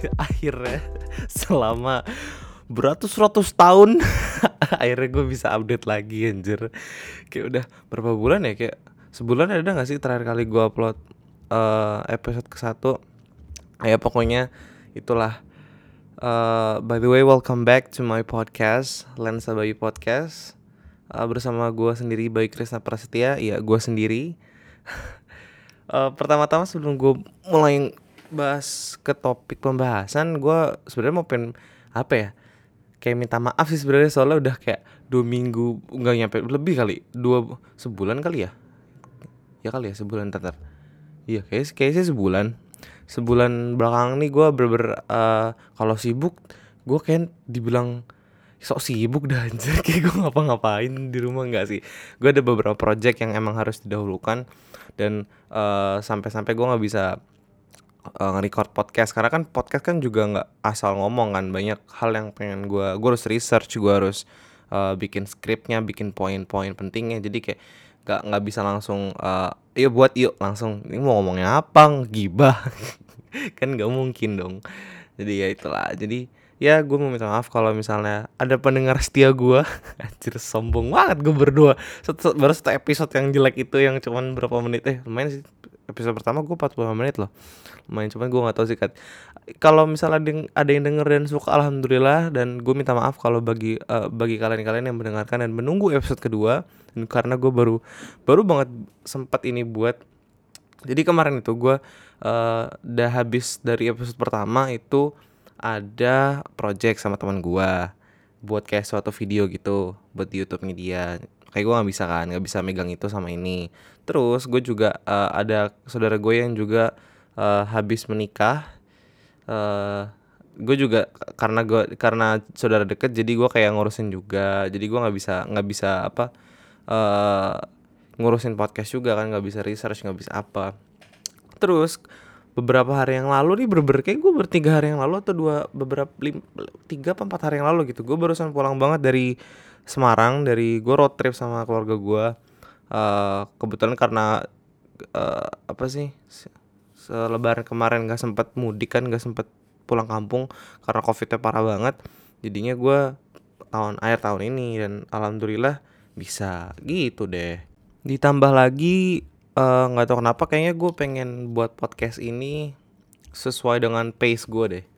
Akhirnya selama beratus-ratus tahun akhirnya gue bisa update lagi anjir. Kayak udah berapa bulan ya, kayak sebulan ada gak sih terakhir kali gue upload episode ke-1. Ya pokoknya itulah. By the way, welcome back to my podcast, Lensa Bayu Podcast. Bersama gue sendiri, Bayu Krisna Prasetya. Ya gue sendiri. Pertama-tama sebelum gue mulai bahas ke topik pembahasan, gue sebenarnya mau apa ya, kayak minta maaf sih sebenarnya, soalnya udah kayak 2 minggu nggak nyampe, lebih kali, sebulan kali ya, ya kali ya sebulan tetar. Iya kayak sih sebulan belakang nih gue kalau sibuk gue kayak dibilang sok sibuk dah anjir. Kayak gue ngapa-ngapain di rumah nggak sih. Gue ada beberapa project yang emang harus didahulukan, dan sampai-sampai gue nggak bisa nge-record podcast, karena kan podcast kan juga nggak asal ngomong kan, banyak hal yang pengen gue harus research, gue harus bikin skripnya, bikin poin-poin pentingnya. Jadi kayak nggak bisa langsung yuk langsung ini mau ngomongnya apa, gibah kan nggak mungkin dong. Jadi ya itulah, jadi ya gue mau minta maaf kalau misalnya ada pendengar setia gue. Anjir sombong banget gue berdua. Baru satu episode yang jelek itu, yang cuman berapa menit, lumayan sih. Episode pertama gue 45 menit loh, lumayan. Cuman gue gak tahu sih kalau misalnya ada yang denger dan suka, alhamdulillah. Dan gue minta maaf kalau bagi kalian yang mendengarkan dan menunggu episode kedua, karena gue baru banget sempat ini buat. Jadi kemarin itu gue udah habis dari episode pertama itu, ada project sama teman gue buat kayak suatu video gitu buat di YouTube-nya dia. Kayak gue nggak bisa megang itu sama ini. Terus gue juga ada saudara gue yang juga habis menikah. Gue juga karena saudara deket, jadi gue kayak ngurusin juga. Jadi gue nggak bisa apa ngurusin podcast juga kan, nggak bisa research, nggak bisa apa. Terus beberapa hari yang lalu nih, kayak gue 3 hari yang lalu atau 3 apa 4 hari yang lalu gitu, gue barusan pulang banget dari Semarang. Gue road trip sama keluarga gue. Kebetulan karena apa sih, Lebaran kemarin gak sempet mudik kan, gak sempet pulang kampung karena covidnya parah banget. Jadinya gue akhir tahun ini, dan alhamdulillah bisa gitu deh. Ditambah lagi nggak tahu kenapa, kayaknya gue pengen buat podcast ini sesuai dengan pace gue deh.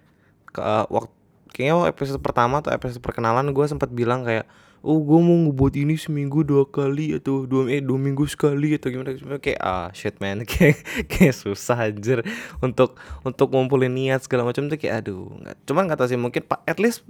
Kayaknya episode pertama atau episode perkenalan gue sempat bilang kayak, gue mau ngebuat ini seminggu 2 kali atau 2 minggu sekali atau gimana. Kayak shit man, kayak susah anjir untuk ngumpulin niat segala macam tuh, kayak aduh nggak. Cuman kata sih mungkin at least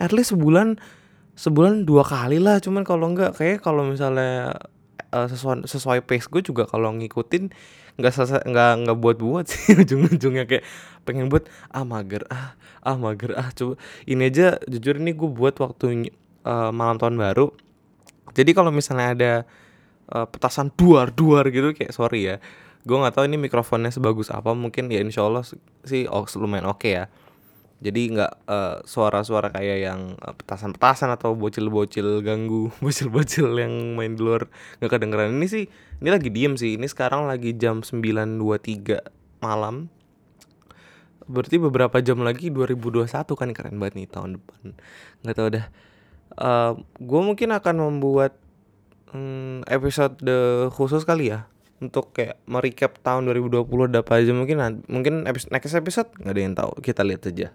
sebulan 2 kali lah. Cuman kalau enggak, kayak kalau misalnya sesuai pace gue juga, kalau ngikutin nggak buat sih. Ujung-ujungnya kayak pengen buat mager coba ini aja. Jujur ini gue buat waktu malam tahun baru. Jadi kalau misalnya ada petasan duar gitu, kayak sorry ya, gue nggak tahu ini mikrofonnya sebagus apa. Mungkin ya insyaallah sih lumayan oke ya. Jadi nggak suara-suara kayak yang petasan-petasan atau bocil-bocil ganggu, bocil-bocil yang main di luar nggak kedengeran. Ini lagi diem sih. Ini sekarang lagi jam 9.23 malam. Berarti beberapa jam lagi 2021 kan, keren banget nih tahun depan. Nggak tahu dah. Gue mungkin akan membuat episode khusus kali ya, untuk kayak merecap tahun 2020 ada apa aja. Mungkin next episode nggak ada yang tahu, kita lihat aja.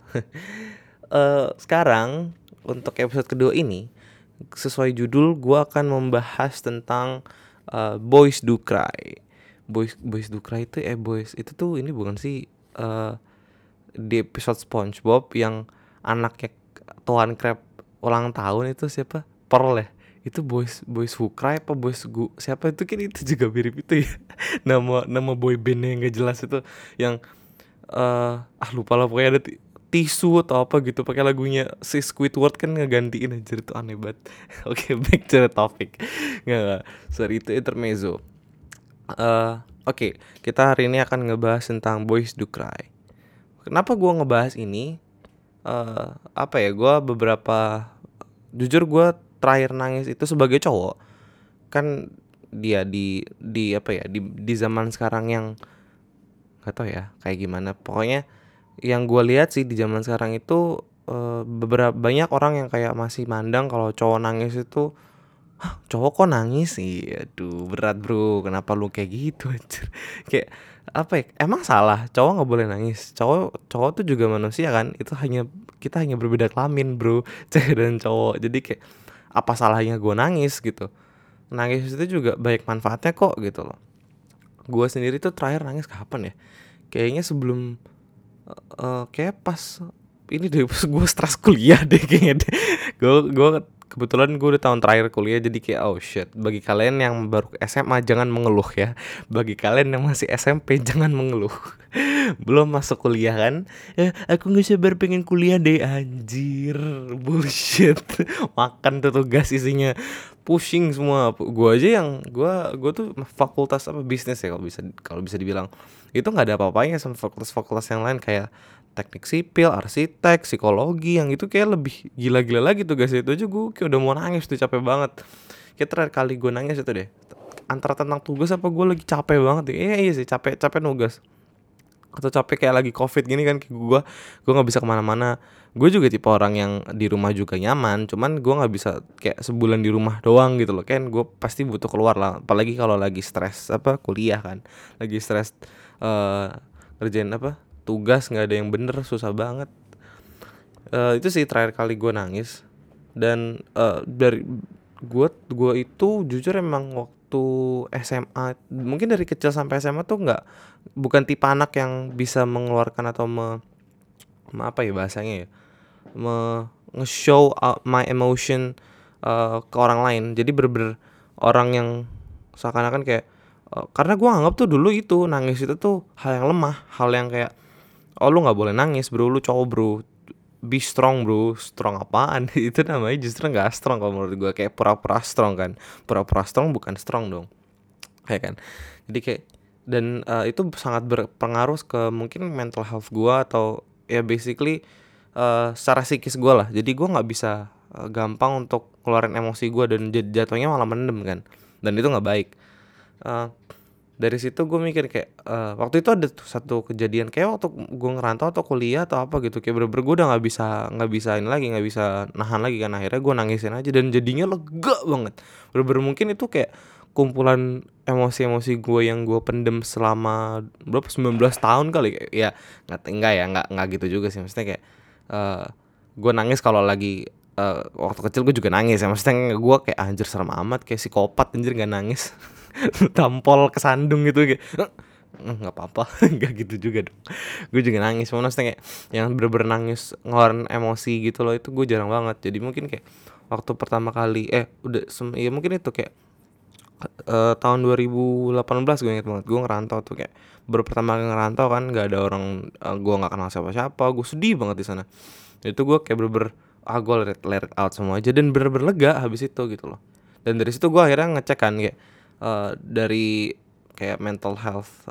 Sekarang untuk episode kedua ini, sesuai judul, gue akan membahas tentang Boys Do Cry. Boys Do Cry itu boys itu tuh ini bukan sih di episode SpongeBob yang anaknya Tuan Crab ulang tahun itu siapa? Pearl ya. Itu boys who cry apa siapa itu, kan itu juga mirip itu ya. nama boy bandnya yang gak jelas itu, yang lupa lah, pokoknya ada tisu atau apa gitu pakai lagunya si Squidward kan ngegantiin, aja itu aneh banget. Oke, back to the topic. Nggak, sorry, itu intermezzo. Oke, kita hari ini akan ngebahas tentang Boys Do Cry. Kenapa gue ngebahas ini? Gue jujur gue terakhir nangis itu sebagai cowok kan, dia di apa ya, di zaman sekarang yang nggak tahu ya kayak gimana. Pokoknya yang gue lihat sih di zaman sekarang itu beberapa banyak orang yang kayak masih mandang kalau cowok nangis itu, cowok kok nangis sih, aduh berat bro, kenapa lu kayak gitu anjir. Kayak apa ya, emang salah cowok nggak boleh nangis? Cowok cowok tuh juga manusia kan, itu hanya kita hanya berbeda kelamin bro, cewek dan cowok. Jadi kayak apa salahnya gue nangis gitu? Nangis itu juga baik manfaatnya kok gitu loh. Gue sendiri tuh terakhir nangis kapan ya? Kayaknya sebelum kayak pas ini deh, pas gue stres kuliah deh kayaknya deh. Gue kebetulan gue udah tahun terakhir kuliah, jadi kayak oh shit. Bagi kalian yang baru SMA jangan mengeluh ya. Bagi kalian yang masih SMP jangan mengeluh. Belum masuk kuliah kan? Ya aku nggak sabar pengen kuliah deh, anjir. Bullshit. Makan tuh tugas isinya pushing semua. Gue aja yang gue tuh fakultas apa bisnis ya, kalau bisa dibilang. Itu nggak ada apa-apanya sama fakultas-fakultas yang lain kayak teknik sipil, arsitek, psikologi, yang itu kayak lebih gila-gila lagi tugas itu aja gue kayak udah mau nangis tuh, capek banget. Kayak terakhir kali gue nangis itu deh antara tentang tugas apa gue lagi capek banget deh. Iya sih, capek nugas atau capek kayak lagi covid gini kan, kayak gue nggak bisa kemana-mana. Gue juga tipe orang yang di rumah juga nyaman, cuman gue nggak bisa kayak sebulan di rumah doang gitu loh, kan gue pasti butuh keluar lah, apalagi kalau lagi stres apa kuliah kan, lagi stres eh kerjain apa tugas nggak ada yang bener, susah banget. Itu sih terakhir kali gue nangis. Dan dari gue itu jujur emang waktu SMA, mungkin dari kecil sampai SMA tuh nggak, bukan tipe anak yang bisa mengeluarkan atau apa ya bahasanya ya, nge-show my emotion ke orang lain. Jadi bener-bener orang yang seakan-akan kayak karena gue anggap tuh dulu itu nangis itu tuh hal yang lemah, hal yang kayak oh lu nggak boleh nangis bro, lu cowok bro, be strong bro. Strong apaan? Itu namanya justru nggak strong kalau menurut gue, kayak pura-pura strong kan, pura-pura strong bukan strong dong, kayak kan. Jadi kayak dan itu sangat berpengaruh ke mungkin mental health gue, atau ya basically secara psikis gue lah. Jadi gue nggak bisa gampang untuk keluarin emosi gue, dan jatuhnya malah mendem kan, dan itu nggak baik. Eh, dari situ gue mikir kayak waktu itu ada tuh satu kejadian kayak waktu gue ngerantau atau kuliah atau apa gitu, kayak bener-bener gue udah nggak bisa ini lagi, nggak bisa nahan lagi kan, akhirnya gue nangisin aja dan jadinya lega banget. Bener-bener mungkin itu kayak kumpulan emosi-emosi gue yang gue pendem selama berapa 19 tahun kali ya. Enggak ya, enggak gitu juga sih, maksudnya kayak eh gue nangis kalau lagi waktu kecil gue juga nangis ya, maksudnya gue kayak anjir serem amat kayak psikopat anjir nggak nangis. Tampol kesandung gitu kayak nggak apa-apa. Nggak gitu juga dong, gue juga nangis, maksudnya kayak yang bener-bener nangis ngeluarin emosi gitu loh, itu gue jarang banget. Jadi mungkin kayak waktu pertama kali ya mungkin itu kayak tahun 2018 gue inget banget, gue ngerantau tuh kayak baru pertama kali ngerantau kan, nggak ada orang, gue nggak kenal siapa-siapa, gue sedih banget di sana. Itu gue kayak bener-bener gue let it out semua aja, dan bener-bener lega habis itu gitu loh. Dan dari situ gue akhirnya ngecek kan kayak dari kayak mental health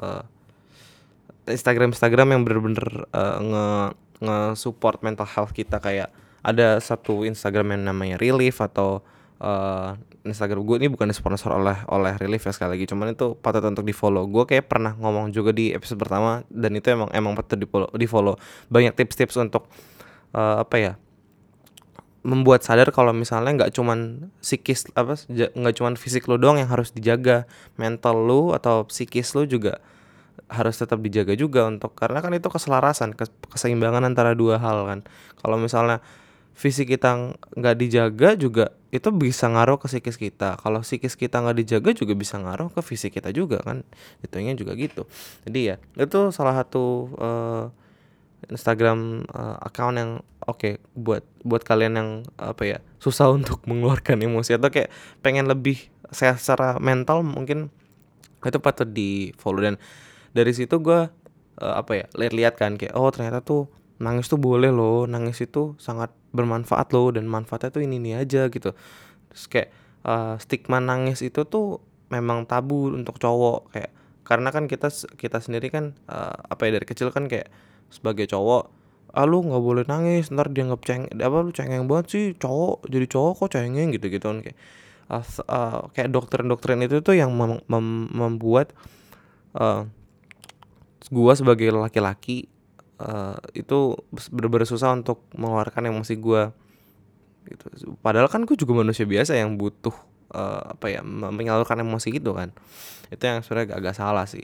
Instagram yang bener-bener nge support mental health kita. Kayak ada satu Instagram yang namanya Relief, atau Instagram gue ini bukan disponsor oleh Relief ya sekali lagi, cuman itu patut untuk di follow. Gue kayak pernah ngomong juga di episode pertama, dan itu emang patut di follow. Banyak tips-tips untuk apa ya, membuat sadar kalau misalnya nggak cuman psikis nggak cuman fisik lo doang yang harus dijaga, mental lo atau psikis lo juga harus tetap dijaga juga, untuk karena kan itu keselarasan, keseimbangan antara dua hal kan. Kalau misalnya fisik kita nggak dijaga juga, itu bisa ngaruh ke psikis kita. Kalau psikis kita nggak dijaga juga bisa ngaruh ke fisik kita juga kan, itunya juga gitu. Jadi ya itu salah satu Instagram account yang oke buat kalian yang apa ya, susah untuk mengeluarkan emosi atau kayak pengen lebih sehat secara mental, mungkin itu patut di follow. Dan dari situ gue apa ya, lihat kan kayak oh ternyata tuh nangis tuh boleh loh, nangis itu sangat bermanfaat loh, dan manfaatnya tuh ini aja gitu. Terus kayak stigma nangis itu tuh memang tabu untuk cowok, kayak karena kan kita sendiri kan apa ya, dari kecil kan kayak sebagai cowok, lu nggak boleh nangis ntar dianggap lu cengeng banget sih, cowok jadi cowok kok cengeng gitu kan, kayak kayak doktrin itu tuh yang membuat gua sebagai laki-laki itu bener-bener susah untuk mengeluarkan emosi gue gitu. Padahal kan gue juga manusia biasa yang butuh menyalurkan emosi gitu kan. Itu yang sebenarnya agak salah sih.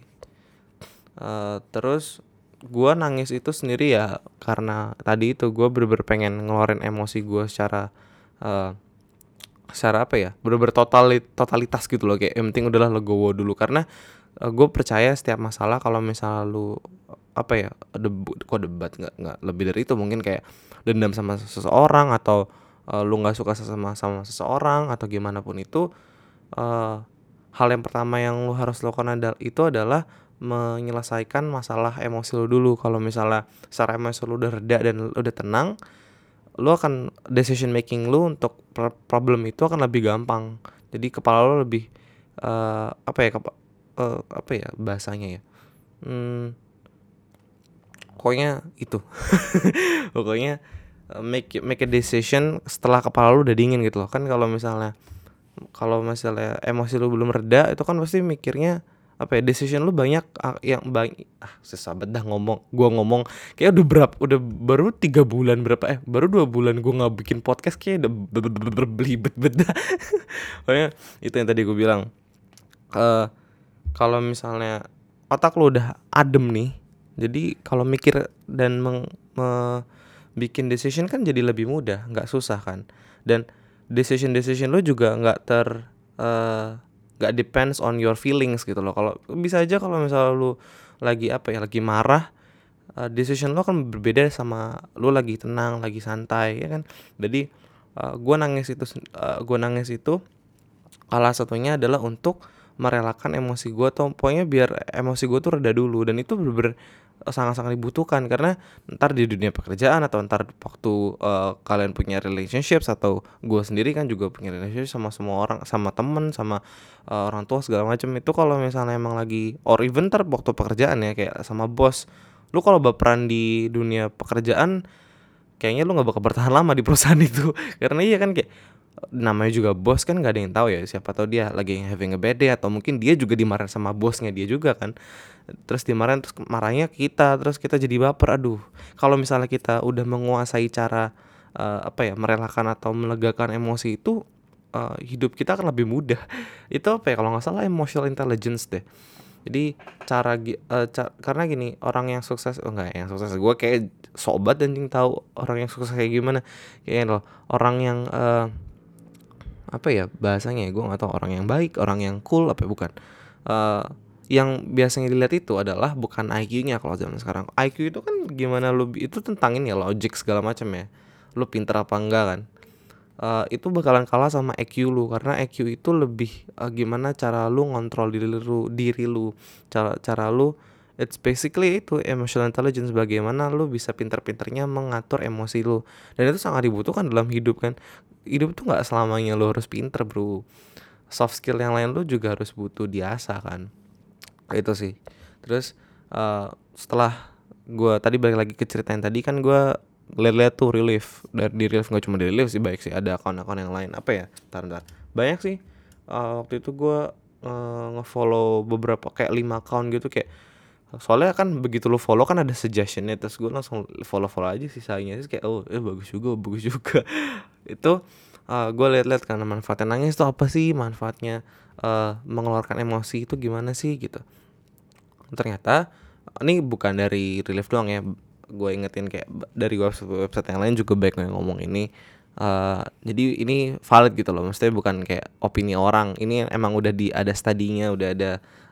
Terus gue nangis itu sendiri ya karena tadi itu gue bener-bener pengen ngeluarin emosi gue secara uh, bener-bener totalitas gitu loh, kayak yang penting udahlah legowo dulu. Karena gue percaya setiap masalah kalau misalnya lu debat nggak lebih dari itu, mungkin kayak dendam sama seseorang atau lu nggak suka sama seseorang atau gimana pun itu, uh, hal yang pertama yang lu harus lakukan itu adalah menyelesaikan masalah emosi lu dulu. Kalau misalnya secara emosi lu udah reda dan udah tenang, lu akan decision making lu untuk problem itu akan lebih gampang. Jadi kepala lu lebih apa ya bahasanya ya, pokoknya itu pokoknya make a decision setelah kepala lu udah dingin gitu loh. Kan kalau misalnya emosi lu belum reda, itu kan pasti mikirnya decision lu banyak yang banyak. Susah banget dah ngomong kayak udah baru 3 bulan baru 2 bulan gue nggak bikin podcast, kayak udah belibet banget dah. Pokoknya itu yang tadi gue bilang, kalau misalnya otak lu udah adem nih, jadi kalau mikir dan bikin decision kan jadi lebih mudah, nggak susah kan. Dan decision lu juga nggak depends on your feelings gitu loh. Kalau bisa aja kalau misalnya lu lagi marah, decision lo kan berbeda sama lu lagi tenang, lagi santai, ya kan. Jadi gue nangis itu salah satunya adalah untuk merelakan emosi gue, atau pokoknya biar emosi gue tuh reda dulu. Dan itu bener-bener sangat-sangat dibutuhkan, karena ntar di dunia pekerjaan atau ntar waktu kalian punya relationships, atau gue sendiri kan juga punya relationship sama semua orang, sama temen, sama orang tua segala macam. Itu kalau misalnya emang lagi, or even ntar waktu pekerjaan ya, kayak sama bos, lu kalau baperan di dunia pekerjaan kayaknya lu nggak bakal bertahan lama di perusahaan itu. Karena iya kan, kayak namanya juga bos kan, nggak ada yang tahu ya, siapa tahu dia lagi having a bad day, atau mungkin dia juga dimarahin sama bosnya dia juga kan. Terus dimarahin, terus marahnya kita, terus kita jadi baper. Aduh, kalau misalnya kita udah menguasai cara merelakan atau melegakan emosi itu, hidup kita akan lebih mudah. Itu kalau nggak salah emotional intelligence deh. Jadi karena gini, orang yang sukses, enggak yang sukses, gue kayak sobat dan tahu orang yang sukses kayak gimana. Kayak loh, orang yang bahasanya ya, gue nggak tahu, orang yang baik, orang yang cool, bukan. Yang biasanya dilihat itu adalah bukan IQ-nya. Kalau zaman sekarang IQ itu kan gimana lu, itu tentang ini ya, logic segala macam ya, lu pinter apa enggak kan. Itu bakalan kalah sama EQ lu, karena EQ itu lebih gimana cara lu ngontrol diri lu, cara lu, it's basically itu emotional intelligence, bagaimana lu bisa pinter-pinternya mengatur emosi lu. Dan itu sangat dibutuhkan dalam hidup kan. Hidup tuh nggak selamanya lu harus pinter bro, soft skill yang lain lu juga harus butuh diasah kan. Itu sih. Terus setelah gue tadi balik lagi ke cerita yang tadi, kan gue lihat-lihat tuh relief. Di relief, nggak cuma di relief sih, baik sih, ada akun-akun yang lain bentar banyak sih. Waktu itu gue nge-follow beberapa, kayak 5 account gitu, kayak soalnya kan begitu lu follow kan ada suggestionnya, terus gue langsung follow aja sisanya. Terus kayak bagus juga itu. Gue lihat-lihat karena manfaatnya nangis itu apa sih, manfaatnya mengeluarkan emosi itu gimana sih gitu. Ternyata ini bukan dari relief doang ya, gue ingetin kayak dari website yang lain juga baik yang ngomong ini. Jadi ini valid gitu loh, maksudnya bukan kayak opini orang. Ini emang udah ada studinya, udah ada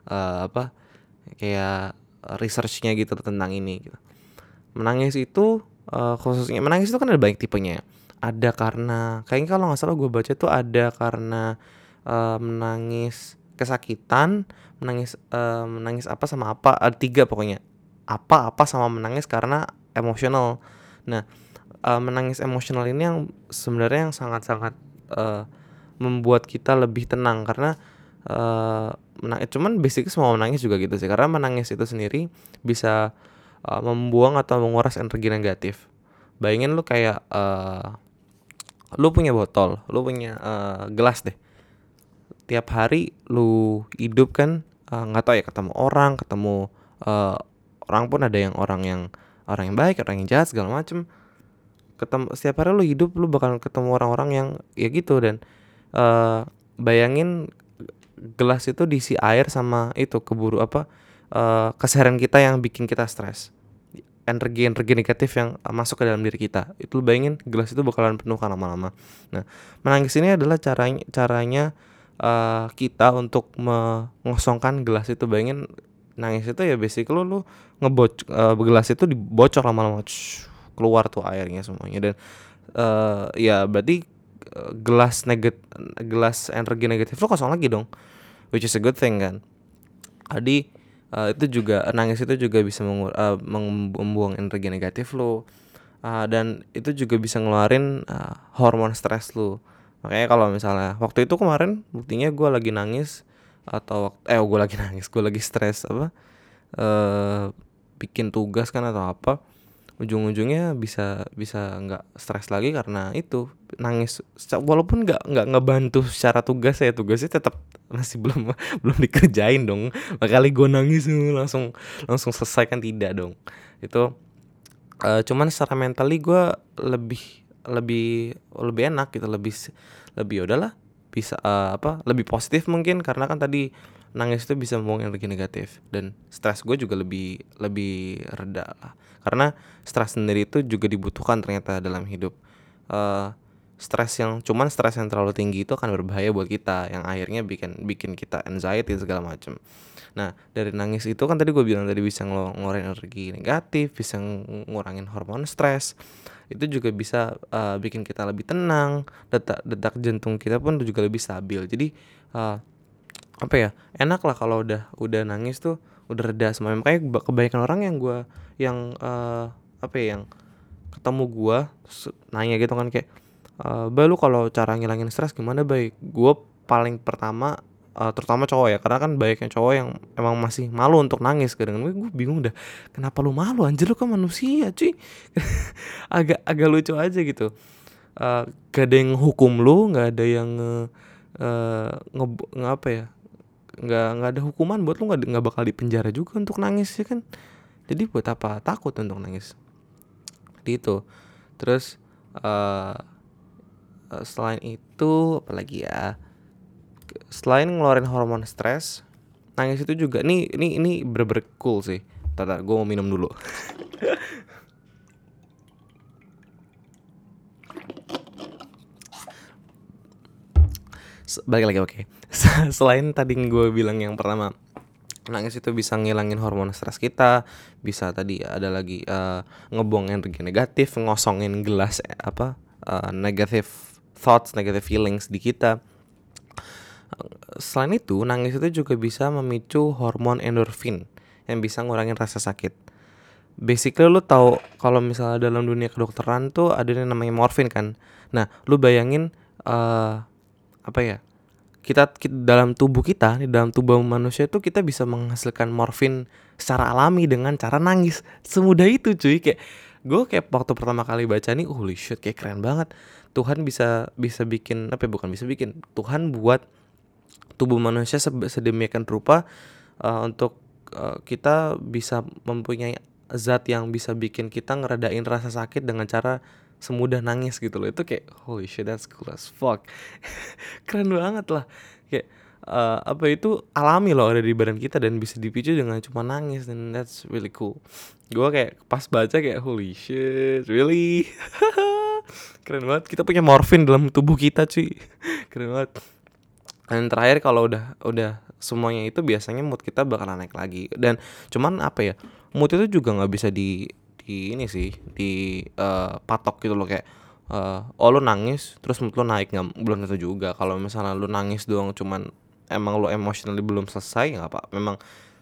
kayak researchnya gitu tentang ini gitu. Menangis itu khususnya menangis itu kan ada banyak tipenya. Ada karena, kayaknya kalau nggak salah gue baca tuh, ada karena menangis kesakitan, menangis apa sama apa, ada 3 pokoknya, apa sama menangis karena emosional. Nah, menangis emosional ini yang sebenarnya yang sangat-sangat membuat kita lebih tenang, karena cuman basically semua menangis juga gitu sih, karena menangis itu sendiri bisa membuang atau menguras energi negatif. Bayangin lu kayak lu punya botol, lu punya gelas deh. Tiap hari lu hidup kan, nggak tahu ya, ketemu orang uh, orang pun ada yang orang yang orang yang baik, orang yang jahat segala macem. Setiap hari lu hidup lu bakal ketemu orang-orang yang ya gitu. Dan bayangin gelas itu diisi air sama itu keburu keseharian kita yang bikin kita stres, energi negatif yang masuk ke dalam diri kita. Itu bayangin gelas itu bakalan penuh kan lama-lama. Nah, menangis ini adalah caranya kita untuk mengosongkan gelas itu. Bayangin nangis itu ya basically lu gelas itu dibocor lama-lama, keluar tuh airnya semuanya. Dan ya berarti gelas energi negatif lu kosong lagi dong, which is a good thing kan. Jadi itu juga nangis itu juga bisa membuang energi negatif lo, dan itu juga bisa ngeluarin hormon stres lo. Makanya kalau misalnya waktu itu kemarin buktinya gue lagi nangis gue lagi stres bikin tugas kan atau apa, ujung-ujungnya bisa nggak stres lagi karena itu nangis. Walaupun nggak ngebantu secara tugasnya tetap masih belum belum dikerjain dong. Makanya gue nangis langsung langsung selesai kan, tidak dong. Itu cuman secara mentally gue lebih lebih lebih enak gitu, lebih udahlah, bisa lebih positif mungkin karena kan tadi nangis itu bisa membuang energi negatif, dan stres gue juga lebih lebih reda lah. Karena stres sendiri itu juga dibutuhkan ternyata dalam hidup. Stres yang terlalu tinggi itu akan berbahaya buat kita, yang akhirnya bikin bikin kita anxiety segala macam. Nah, dari nangis itu kan tadi gue bilang tadi bisa ngeluarin energi negatif, bisa ngurangin hormon stres. Itu juga bisa bikin kita lebih tenang, detak jantung kita pun juga lebih stabil. Jadi apa ya, enak lah kalau udah nangis tuh udah reda semuanya. Makanya kebanyakan orang yang apa ya, yang ketemu gue nanya gitu kan kayak, "Ba, lu kalau cara ngilangin stres gimana, Bay?" Gue paling pertama, terutama cowok ya, karena kan banyak yang cowok yang emang masih malu untuk nangis. Kadang gue bingung dah, kenapa lu malu anjir, lu kan manusia cuy. agak agak lucu aja gitu. Gak ada yang hukum lu, gak ada yang apa ya, nggak ada hukuman buat lu, nggak bakal dipenjara juga untuk nangis ya kan. Jadi buat apa takut untuk nangis di itu. Terus selain itu apalagi ya, selain ngeluarin hormon stres, nangis itu juga ini bener-bener cool sih. Tar gue mau minum dulu. Balik lagi, oke. Selain tadi gue bilang yang pertama, nangis itu bisa ngilangin hormon stres kita, bisa tadi ada lagi ngebuang energi negatif, ngosongin gelas negative thoughts, negative feelings di kita. Selain itu, nangis itu juga bisa memicu hormon endorfin yang bisa ngurangin rasa sakit. Basically lu tahu kalau misalnya dalam dunia kedokteran tuh ada yang namanya morfin kan. Nah, lu bayangin apa ya? Kita dalam tubuh kita, di dalam tubuh manusia itu kita bisa menghasilkan morfin secara alami dengan cara nangis. Semudah itu cuy. Kayak gue kayak waktu pertama kali baca nih, holy shit, kayak keren banget. Tuhan bisa bikin bukan bisa bikin, Tuhan buat tubuh manusia sedemikian rupa untuk kita bisa mempunyai zat yang bisa bikin kita ngeredain rasa sakit dengan cara semudah nangis gitu loh. Itu kayak holy shit, that's cool as fuck. Keren banget lah. Kayak itu alami loh, ada di badan kita dan bisa dipicu dengan cuma nangis, dan that's really cool. Gue kayak pas baca kayak holy shit, really. Keren banget, kita punya morfin dalam tubuh kita cuy. Keren banget. Dan terakhir kalau udah semuanya itu biasanya mood kita bakalan naik lagi. Dan cuman apa ya, mood itu juga nggak bisa di ini sih, di patok gitu loh. Kayak lu nangis terus mood lu naik, nggak, belum tentu juga. Kalau misalnya lu nangis doang cuman emang lu emotionally belum selesai, nggak apa, memang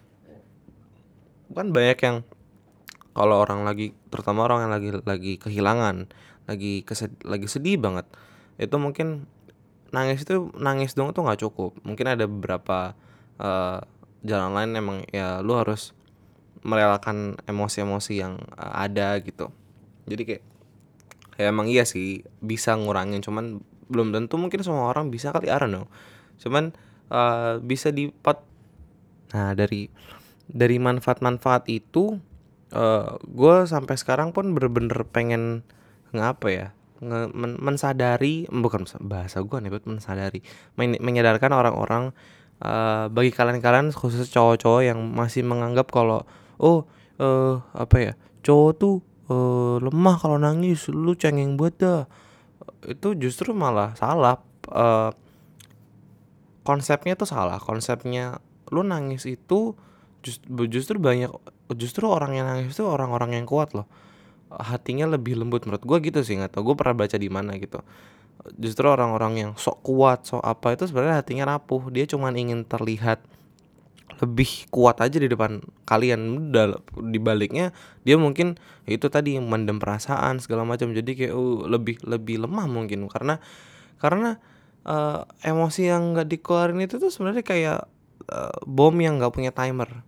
kan banyak yang kalau orang lagi, terutama orang yang lagi kehilangan, lagi sedih banget, itu mungkin nangis dong tuh nggak cukup. Mungkin ada beberapa jalan lain, emang ya lu harus merelakan emosi-emosi yang ada gitu. Jadi kayak ya emang iya sih bisa ngurangin, cuman belum tentu mungkin semua orang bisa kali, I don't know. Cuman bisa Nah, dari manfaat-manfaat itu gue sampai sekarang pun bener-bener pengen ngapa ya, mensadari, bukan bahasa gue nih buat mensadari, menyadarkan orang-orang, bagi kalian-kalian khusus cowok-cowok yang masih menganggap kalau oh, apa ya, cowok tuh lemah kalau nangis, lu cengeng banget dah. Itu justru malah salah. eh, Konsepnya tuh salah. Konsepnya lu nangis itu justru banyak, justru orang yang nangis itu orang-orang yang kuat loh, hatinya lebih lembut menurut gue gitu sih, nggak tau gue pernah baca di mana gitu. Justru orang-orang yang sok kuat sok apa itu sebenarnya hatinya rapuh, dia cuman ingin terlihat lebih kuat aja di depan kalian. Di baliknya dia mungkin ya itu tadi mendem perasaan segala macam, jadi kayak lebih lebih lemah mungkin karena emosi yang nggak dikeluarin itu tuh sebenarnya kayak bom yang nggak punya timer.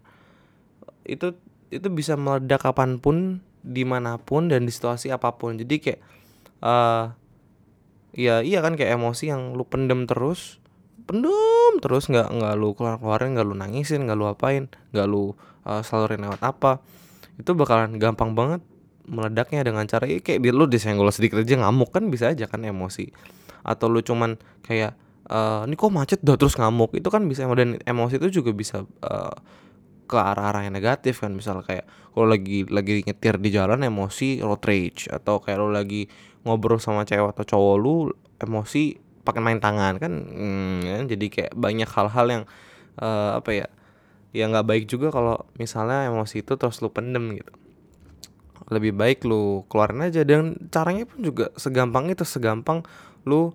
Itu bisa meledak kapanpun, dimanapun, dan di situasi apapun. Jadi kayak uh, ya iya kan, kayak emosi yang lu pendem terus, nggak lu keluarin, nggak lu nangisin, nggak lu apain, nggak lu salurin lewat apa, itu bakalan gampang banget meledaknya dengan cara kayak lu disenggol sedikit aja ngamuk kan, bisa aja kan emosi. Atau lu cuman kayak ini kok macet dah terus ngamuk, itu kan bisa. Dan emosi itu juga bisa ke arah-arah yang negatif kan, misal kayak kalau lagi nyetir di jalan emosi road rage, atau kayak lo lagi ngobrol sama cewek atau cowok lu emosi pakai main tangan kan, kan jadi kayak banyak hal-hal yang apa ya, yang nggak baik juga kalau misalnya emosi itu terus lu pendem gitu. Lebih baik lu keluarin aja, dan caranya pun juga segampang itu, segampang lu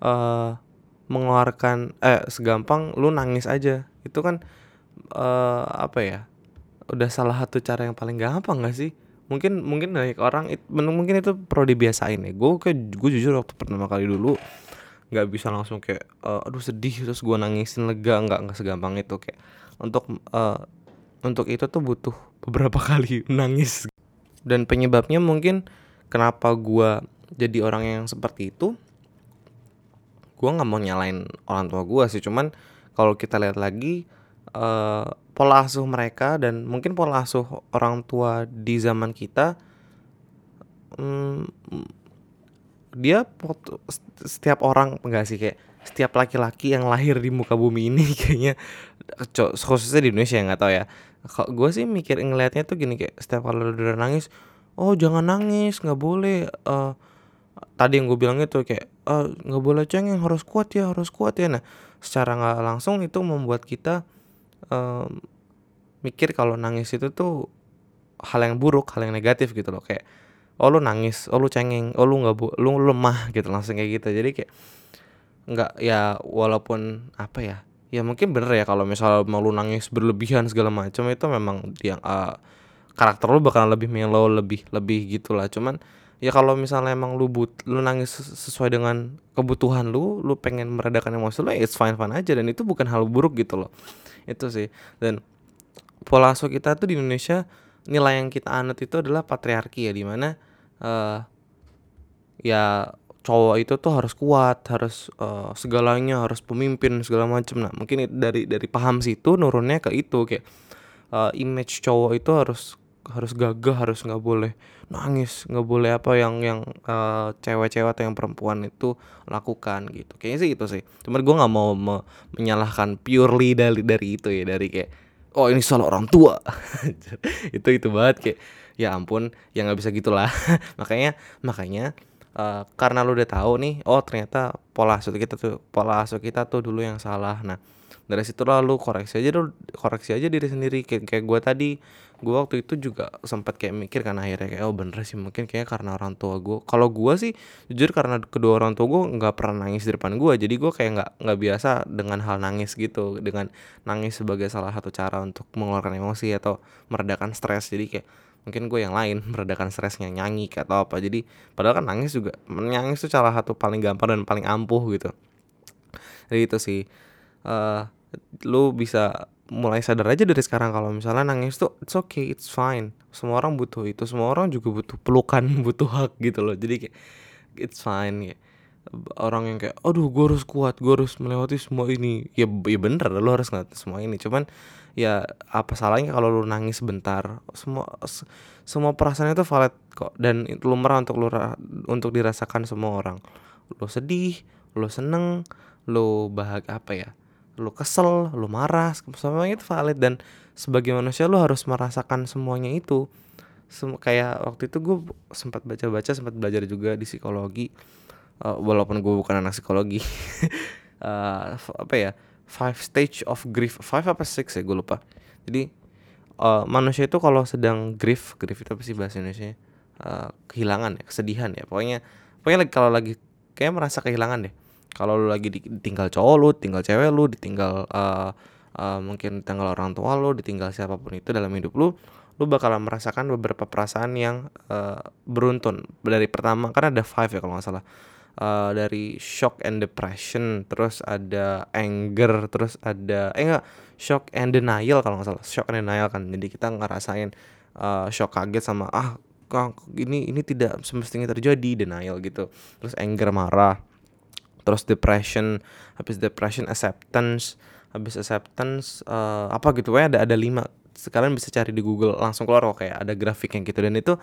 mengeluarkan, segampang lu nangis aja. Itu kan apa ya, udah salah satu cara yang paling gampang gak sih? Mungkin banyak orang mungkin itu perlu dibiasain ya. Gue jujur waktu pertama kali dulu nggak bisa langsung kayak aduh sedih terus gue nangisin lega, nggak segampang itu. Kayak untuk eh, untuk itu tuh butuh beberapa kali nangis. Dan penyebabnya mungkin kenapa gue jadi orang yang seperti itu, gue nggak mau nyalain orang tua gue sih, cuman kalau kita lihat lagi pola asuh mereka dan mungkin pola asuh orang tua di zaman kita, hmm, dia setiap orang enggak sih, kayak setiap laki-laki yang lahir di muka bumi ini kayaknya, khususnya di Indonesia ya, nggak tahu ya. Kalau gue sih mikir ngelihatnya tuh gini, kayak setiap kali udah nangis, oh jangan nangis, nggak boleh. Tadi yang gue bilang itu kayak nggak boleh cengeng, harus kuat ya. Nah, secara nggak langsung itu membuat kita eh, mikir kalau nangis itu tuh hal yang buruk, hal yang negatif gitu loh. Kayak oh lu nangis, oh lu cengeng, oh lu nggak lu lemah gitu, langsung kayak gitu. Jadi kayak nggak ya, walaupun apa ya, ya mungkin bener ya kalau misal mau lu nangis berlebihan segala macam itu memang yang karakter lu bakalan lebih mellow, lebih lebih gitulah. Cuman ya kalau misalnya emang lu nangis sesuai dengan kebutuhan lu pengen meredakan emosi lu, it's fine fine aja, dan itu bukan hal buruk gitu loh. Itu sih. Dan pola asuh kita tuh di Indonesia, nilai yang kita anut itu adalah patriarki ya, dimana ya cowok itu tuh harus kuat, harus segalanya, harus pemimpin segala macem. Nah mungkin dari paham situ nurunnya ke itu, kayak image cowok itu harus gagah, harus nggak boleh nangis, nggak boleh apa yang cewek-cewek atau yang perempuan itu lakukan gitu. Kayaknya sih itu sih. Cuman gue nggak mau menyalahkan purely dari itu ya, dari kayak oh ini salah orang tua. Itu banget kayak ya ampun, ya nggak bisa gitulah. makanya karena lu udah tahu nih, oh ternyata pola asuh kita tuh dulu yang salah. Nah dari situ lalu koreksi aja diri sendiri. Kayak gue waktu itu juga sempat kayak mikir kan, akhirnya kayak oh bener sih, mungkin kayak karena orang tua gue. Kalau gue sih jujur, karena kedua orang tua gue nggak pernah nangis di depan gue, jadi gue kayak nggak biasa dengan hal nangis gitu, dengan nangis sebagai salah satu cara untuk mengeluarkan emosi atau meredakan stres. Jadi kayak mungkin gue yang lain meredakan stresnya nyanyi atau apa. Jadi padahal kan nangis tuh salah satu paling gampang dan paling ampuh gitu. Jadi itu sih, eh lu bisa mulai sadar aja dari sekarang kalau misalnya nangis tuh it's okay, it's fine. Semua orang butuh itu, semua orang juga butuh pelukan, butuh hak gitu loh. Jadi kayak it's fine ya. orang yang kayak aduh gue harus kuat, gue harus melewati semua ini. Ya bener lu harus ngeliat semua ini, cuman ya apa salahnya kalau lu nangis sebentar. Semua perasaan itu valid kok, dan itu lumrah untuk untuk dirasakan semua orang. Lu sedih, lu seneng, lu bahagia, apa ya, lu kesel, lu marah, semuanya itu valid. Dan sebagai manusia lu harus merasakan semuanya itu. Kayak waktu itu gue sempat baca-baca, sempat belajar juga di psikologi. Walaupun gue bukan anak psikologi. Apa ya, five stage of grief, five apa six ya gue lupa. Jadi manusia itu kalau sedang grief itu apa sih bahasa Indonesia? Kehilangan ya, kesedihan ya, pokoknya kalau lagi kayak merasa kehilangan deh. Kalau lu lagi ditinggal cowok lu, tinggal cewek lu, ditinggal mungkin ditinggal orang tua lu, ditinggal siapapun itu dalam hidup lu bakalan merasakan beberapa perasaan yang beruntun. Dari pertama kan ada five ya kalau nggak salah. Dari shock and depression, terus ada anger, terus ada enggak, shock and denial kalau nggak salah. Shock and denial kan, jadi kita ngerasain shock, kaget, sama ini tidak semestinya terjadi, denial gitu. Terus anger, marah. Terus depression, habis depression acceptance, habis acceptance apa gitu ya, ada 5. Sekalian bisa cari di Google, langsung keluar kok kayak ada grafik yang gitu. Dan itu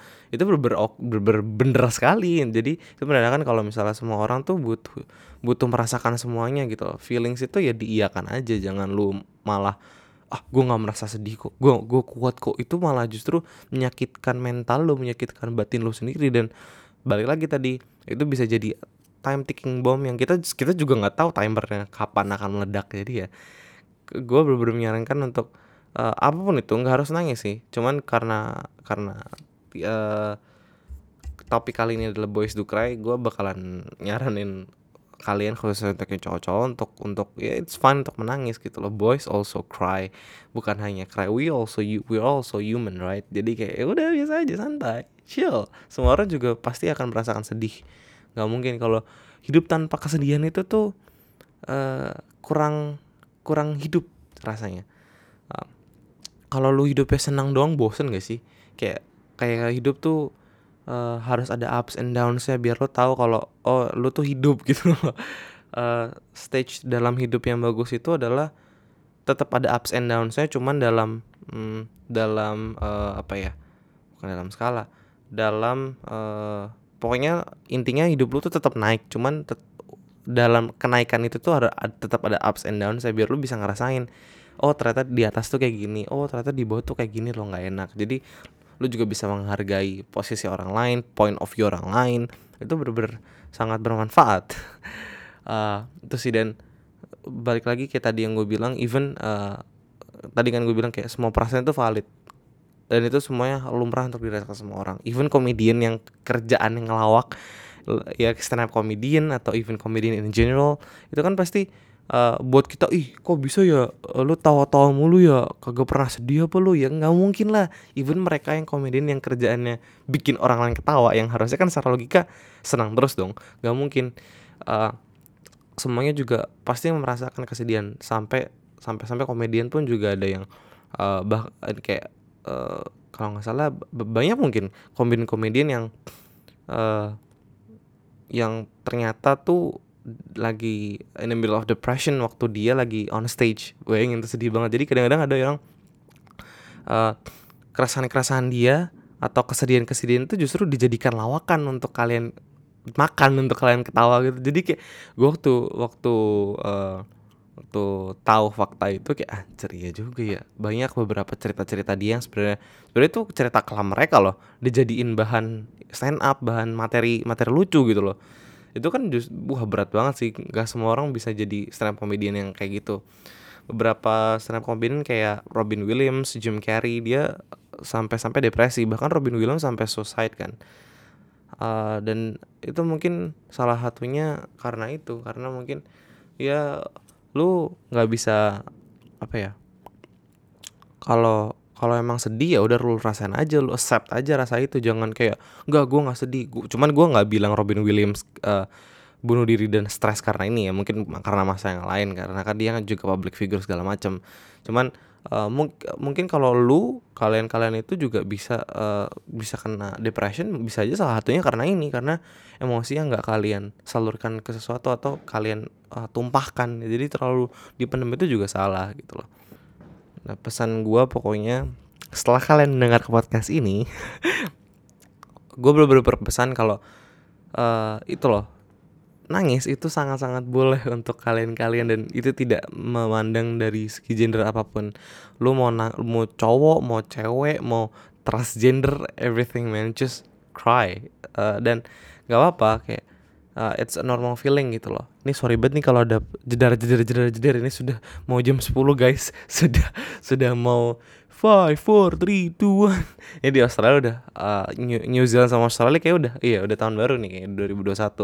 bener sekali. Jadi itu menandakan kalau misalnya semua orang tuh butuh merasakan semuanya gitu. Feelings itu ya diiyakan aja, jangan lu malah gue nggak merasa sedih kok, gue kuat kok. Itu malah justru menyakitkan mental lu, menyakitkan batin lu sendiri. Dan balik lagi tadi, itu bisa jadi time ticking bomb yang kita juga nggak tahu timernya kapan akan meledak. Jadi ya gue bener-bener menyarankan untuk apapun itu nggak harus nangis sih, cuman karena uh, topik kali ini adalah boys do cry, gue bakalan nyaranin kalian khususnya untuk yang cowok-cowok untuk ya it's fun untuk menangis gitu loh. Boys also cry, bukan hanya cry, we also human, right? Jadi kayak ya udah biasa aja, santai, chill. Semua orang juga pasti akan merasakan sedih. Nggak mungkin kalau hidup tanpa kesedihan itu tuh kurang hidup rasanya. Kalau lu hidupnya senang doang bosen gak sih? Kayak hidup tuh harus ada ups and downs-nya biar lo tahu kalau lu tuh hidup gitu loh. Stage dalam hidup yang bagus itu adalah tetap ada ups and downs-nya, cuman dalam apa ya? Bukan dalam skala. Dalam pokoknya intinya hidup lu tuh tetap naik, cuman dalam kenaikan itu tuh tetap ada ups and downs ya, biar lu bisa ngerasain ternyata di atas tuh kayak gini, ternyata di bawah tuh kayak gini loh, nggak enak. Jadi lu juga bisa menghargai posisi orang lain, point of view orang lain. Itu bener-bener sangat bermanfaat. Itu sih. Dan balik lagi kayak tadi yang gue bilang, even tadi kan gue bilang kayak semua perasaan itu valid, dan itu semuanya lumrah untuk dirasakan semua orang. Even komedian yang kerjaan yang ngelawak, ya stand up comedian atau even comedian in general, itu kan pasti buat kita, kok bisa ya lu tawa-tawa mulu ya, kagak pernah sedih apa lu ya? Nggak mungkin lah. Even mereka yang komedian yang kerjaannya bikin orang lain ketawa, yang harusnya kan secara logika senang terus dong, nggak mungkin. Semuanya juga pasti merasakan kesedihan. Sampai komedian pun juga ada yang kayak kalau nggak salah banyak mungkin komedian yang ternyata tuh lagi in the middle of depression waktu dia lagi on stage. Bayangin, tuh sedih banget. Jadi kadang-kadang ada yang keresahan dia atau kesedihan itu justru dijadikan lawakan untuk kalian makan, untuk kalian ketawa gitu. Jadi kayak gue waktu tahu fakta itu kayak anjir, ya juga ya. Banyak beberapa cerita-cerita dia yang sebenarnya itu cerita kelam mereka loh, dijadiin bahan stand up, bahan materi lucu gitu loh. Itu kan berat banget sih. Gak semua orang bisa jadi stand up comedian yang kayak gitu. Beberapa stand up comedian kayak Robin Williams, Jim Carrey, dia sampai depresi. Bahkan Robin Williams sampai suicide kan. Dan itu mungkin salah satunya karena mungkin ya lu nggak bisa, apa ya, kalau emang sedih ya udah lu rasain aja, lu accept aja rasa itu. Jangan kayak enggak, gue nggak sedih. Cuman gue nggak bilang Robin Williams bunuh diri dan stres karena ini ya, mungkin karena masa yang lain, karena kan dia kan juga public figure segala macam. Cuman mungkin kalau kalian itu juga bisa kena depression, bisa aja salah satunya karena ini, karena emosi yang nggak kalian salurkan ke sesuatu atau kalian tumpahkan, jadi terlalu dipendam itu juga salah gitu loh. Nah, pesan gue pokoknya setelah kalian mendengar podcast ini, gue bener-bener berpesan kalau itu loh, nangis itu sangat-sangat boleh untuk kalian-kalian, dan itu tidak memandang dari segi gender apapun. Lu mau cowok, mau cewek, mau transgender, everything man, just cry. Dan nggak apa-apa, kayak it's a normal feeling gitu loh. Ini sorry banget nih kalau ada jedar. Ini sudah mau jam 10 guys. Sudah mau 5, 4, 3, 2, 1. Ini di Australia udah New Zealand sama Australia kayak udah tahun baru nih, kayak 2021.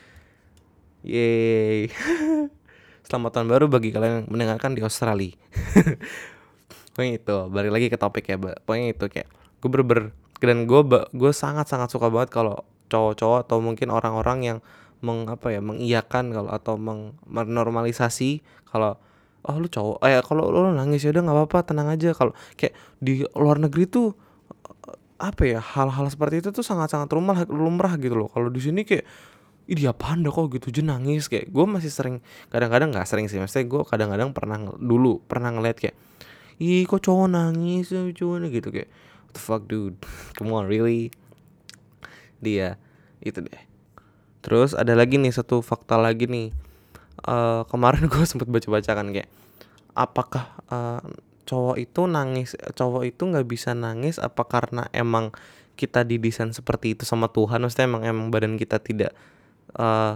Yeay. Selamat tahun baru bagi kalian yang mendengarkan di Australia. Pokoknya itu, balik lagi ke topik ya, pokoknya itu kayak gue dan gue sangat-sangat suka banget kalau cowok-cowok atau mungkin orang-orang yang mengiyakan kalau atau menormalisasi kalau lu cowok, kalau lu nangis ya udah nggak apa-apa, tenang aja. Kalau kayak di luar negeri tuh hal-hal seperti itu tuh sangat-sangat lumrah gitu loh. Kalau di sini kayak ih dia panda kok gitu aja nangis. Kayak gue masih sering, kadang-kadang nggak sering sih, maksudnya gue kadang-kadang dulu pernah ngeliat kayak ih kok cowok nangis cowok gitu, kayak what the fuck dude, come on really. Dia itu deh. Terus ada lagi nih satu fakta lagi nih. Kemarin gue sempet baca-baca kan kayak apakah cowok itu nggak bisa nangis apa karena emang kita didesain seperti itu sama Tuhan. Maksudnya emang badan kita tidak uh,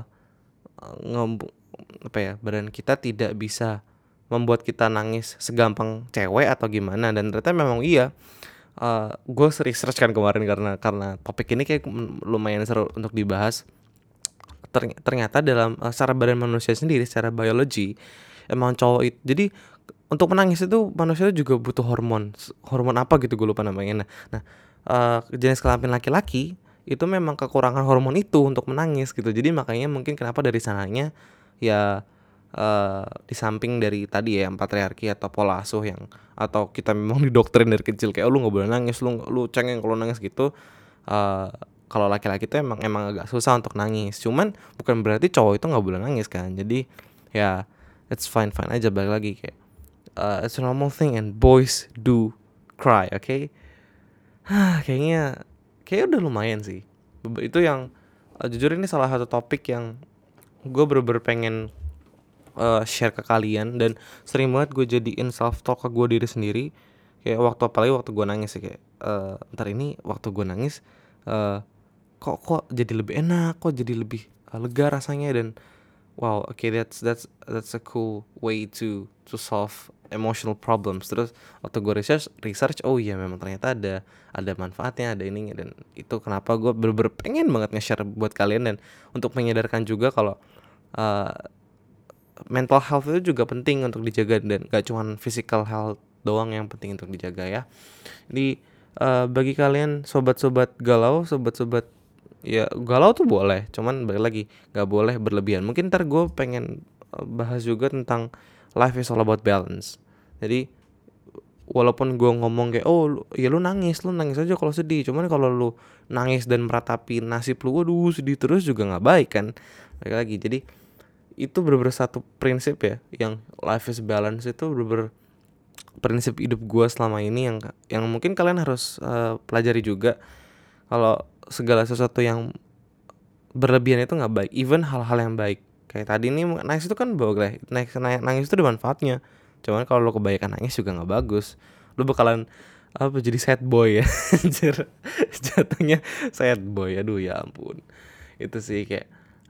badan kita tidak bisa membuat kita nangis segampang cewek atau gimana. Dan ternyata memang iya. Gue research kan kemarin karena topik ini kayak lumayan seru untuk dibahas. Ternyata dalam secara badan manusia sendiri, secara biologi, emang cowok itu, jadi untuk menangis itu manusia juga butuh hormon apa gitu, gue lupa namanya. Nah, jenis kelamin laki-laki itu memang kekurangan hormon itu untuk menangis gitu. Jadi makanya mungkin kenapa dari sananya ya, di samping dari tadi ya yang patriarki atau pola asuh yang, atau kita memang didoktrin dari kecil kayak lu nggak boleh nangis, lu cengeng kalau nangis gitu. Kalau laki-laki itu emang agak susah untuk nangis. Cuman bukan berarti cowok itu nggak boleh nangis kan. Jadi ya it's fine aja, balik lagi kayak it's a normal thing and boys do cry, okay? Kayaknya udah lumayan sih. Itu yang jujur ini salah satu topik yang gue bener-bener pengen share ke kalian, dan sering banget gue jadiin self talk ke gue diri sendiri. Kayak apalagi waktu gue nangis ya, kayak ntar ini waktu gue nangis kok jadi lebih enak, kok jadi lebih lega rasanya. Dan wow, okay, that's a cool way to solve emotional problems. Terus waktu gue research, oh iya memang ternyata ada manfaatnya, ada ininya. Dan itu kenapa gue bener-bener pengen banget nge-share buat kalian, dan untuk menyadarkan juga kalau mental health itu juga penting untuk dijaga, dan gak cuma physical health doang yang penting untuk dijaga ya. Jadi bagi kalian sobat-sobat galau, sobat-sobat ya galau tuh boleh, cuman balik lagi gak boleh berlebihan. Mungkin ntar gue pengen bahas juga tentang life is all about balance. Jadi walaupun gue ngomong kayak ya lu nangis aja kalau sedih, cuman kalau lu nangis dan meratapi nasib lu, waduh sedih terus juga nggak baik kan. Balik lagi, jadi itu bener-bener satu prinsip ya, yang life is balance itu bener-bener prinsip hidup gue selama ini, yang mungkin kalian harus pelajari juga. Kalau segala sesuatu yang berlebihan itu nggak baik, even hal-hal yang baik kayak tadi nih nangis itu kan boleh, nangis itu ada manfaatnya. Cuman kalau lo kebanyakan nangis juga nggak bagus, lo bakalan jadi sad boy ya. Jatuhnya sad boy, aduh ya ampun. Itu sih kayak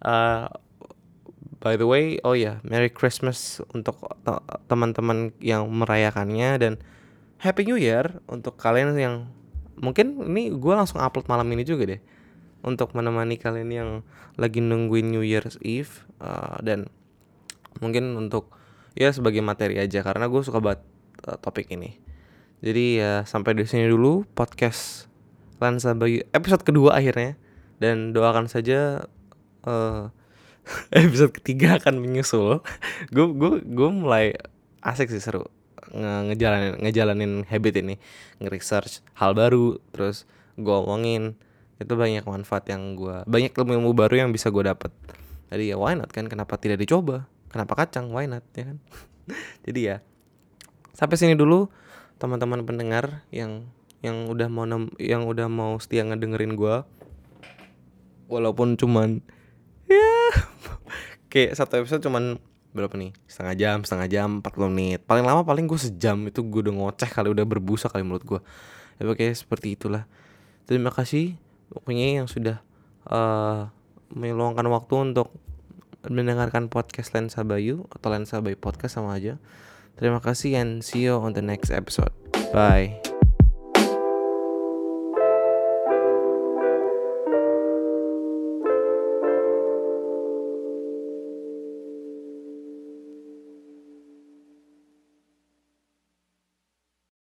by the way, oh ya, Merry Christmas untuk teman-teman yang merayakannya, dan Happy New Year untuk kalian yang mungkin ini gue langsung upload malam ini juga deh, untuk menemani kalian yang lagi nungguin New Year's Eve, dan mungkin untuk ya sebagai materi aja karena gue suka banget topik ini. Jadi ya sampai di sini dulu podcast Lensa Bayu episode kedua akhirnya, dan doakan saja episode ketiga akan menyusul. Gue mulai asik sih, seru ngejalanin habit ini, nge-research hal baru, terus gue omongin. Itu banyak manfaat banyak ilmu baru yang bisa gue dapat. Jadi ya why not kan, kenapa tidak dicoba, kenapa kacang, why not ya kan. Jadi ya sampai sini dulu teman-teman pendengar yang udah mau setia ngedengerin gue, walaupun cuman kayak satu episode cuman berapa nih, setengah jam 40 menit, paling lama paling gue sejam. Itu gue udah ngoceh kali, udah berbusa kali mulut gue ya. Oke, seperti itulah. Terima kasih pokoknya yang sudah meluangkan waktu untuk mendengarkan podcast Lensa Bayu, atau Lensa Bayu Podcast sama aja. Terima kasih and see you on the next episode. Bye.